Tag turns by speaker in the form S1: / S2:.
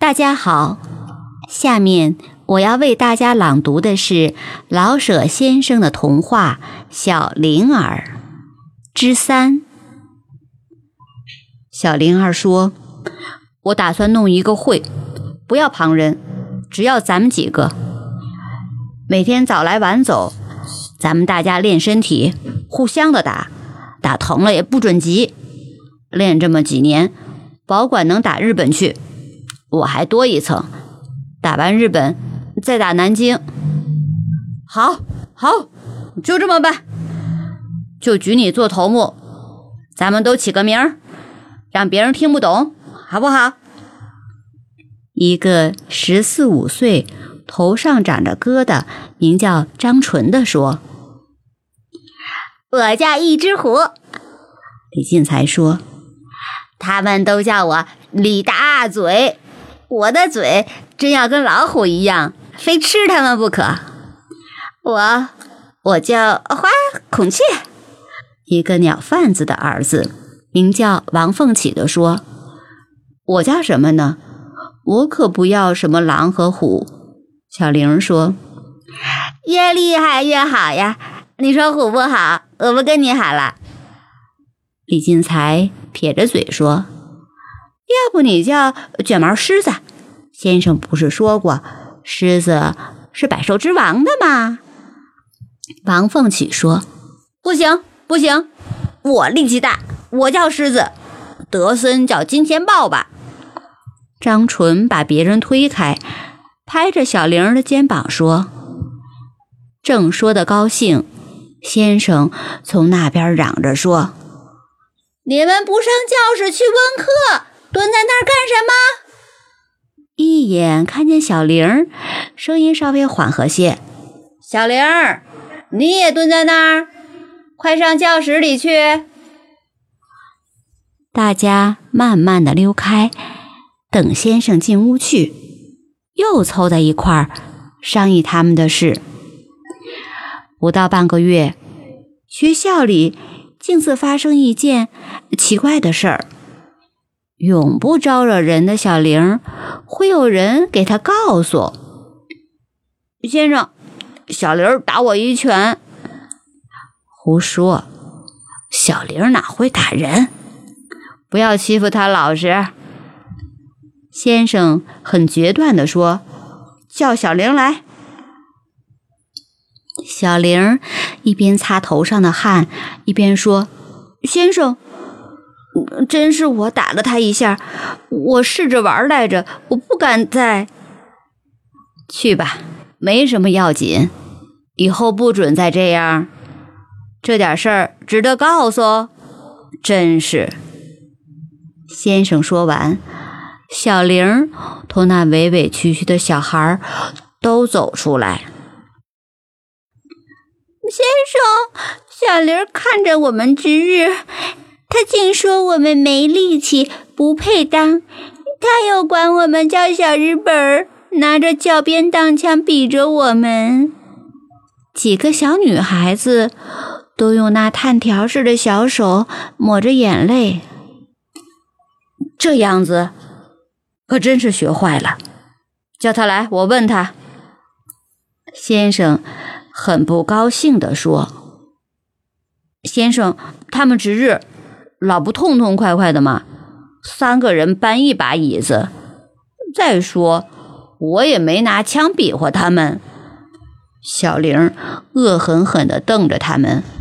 S1: 大家好，下面我要为大家朗读的是老舍先生的童话《小灵儿》之3。小灵儿说：“我打算弄一个会，不要旁人，只要咱们几个。每天早来晚走，咱们大家练身体，互相的打，打疼了也不准急。练这么几年，保管能打日本去。我还多一层，打完日本再打南京。好，就这么办。就举你做头目，咱们都起个名儿，让别人听不懂，好不好？”一个14、15岁，头上长着疙瘩，名叫张纯的说：“我叫一只虎。”李进才说：“他们都叫我李大嘴，我的嘴真要跟老虎一样，非吃他们不可。我叫花孔雀。”一个鸟贩子的儿子，名叫王凤起的说：“我叫什么呢？我可不要什么狼和虎。”小玲说：“越厉害越好呀，你说虎不好，我不跟你喊了。”李进才撇着嘴说：“要不你叫卷毛狮子，先生不是说过狮子是百兽之王的吗？”王凤起说：“不行，我力气大，我叫狮子，德森叫金钱豹吧。”张纯把别人推开，拍着小玲儿的肩膀说：“正说得高兴，先生从那边嚷着说：‘你们不上教室去温课，蹲在那儿干什么？’”一眼看见小玲儿，声音稍微缓和些：“小玲儿，你也蹲在那儿，快上教室里去。”大家慢慢地溜开，等先生进屋去，又凑在一块儿商议他们的事。不到半个月，学校里竟自发生一件奇怪的事儿。永不招惹人的小玲会有人给他告诉：“先生，小玲打我一拳。”胡说，小玲哪会打人？不要欺负他老实。先生很决断地说：“叫小玲来。”小玲一边擦头上的汗，一边说：“先生，真是我打了他一下，我试着玩来着，我不敢再……去吧，没什么要紧，以后不准再这样。这点事儿值得告诉，真是。”先生说完，小玲同那委委屈屈的小孩都走出来。“先生，小玲看着我们值日，他竟说我们没力气，不配当。他又管我们叫小日本，拿着教鞭当枪比着我们。”几个小女孩子都用那炭条似的小手抹着眼泪。这样子可真是学坏了，叫他来，我问他。先生很不高兴地说：“先生，他们值日老不痛痛快快的嘛，3个人搬一把椅子。再说我也没拿枪比划他们。”小玲恶狠狠地瞪着他们。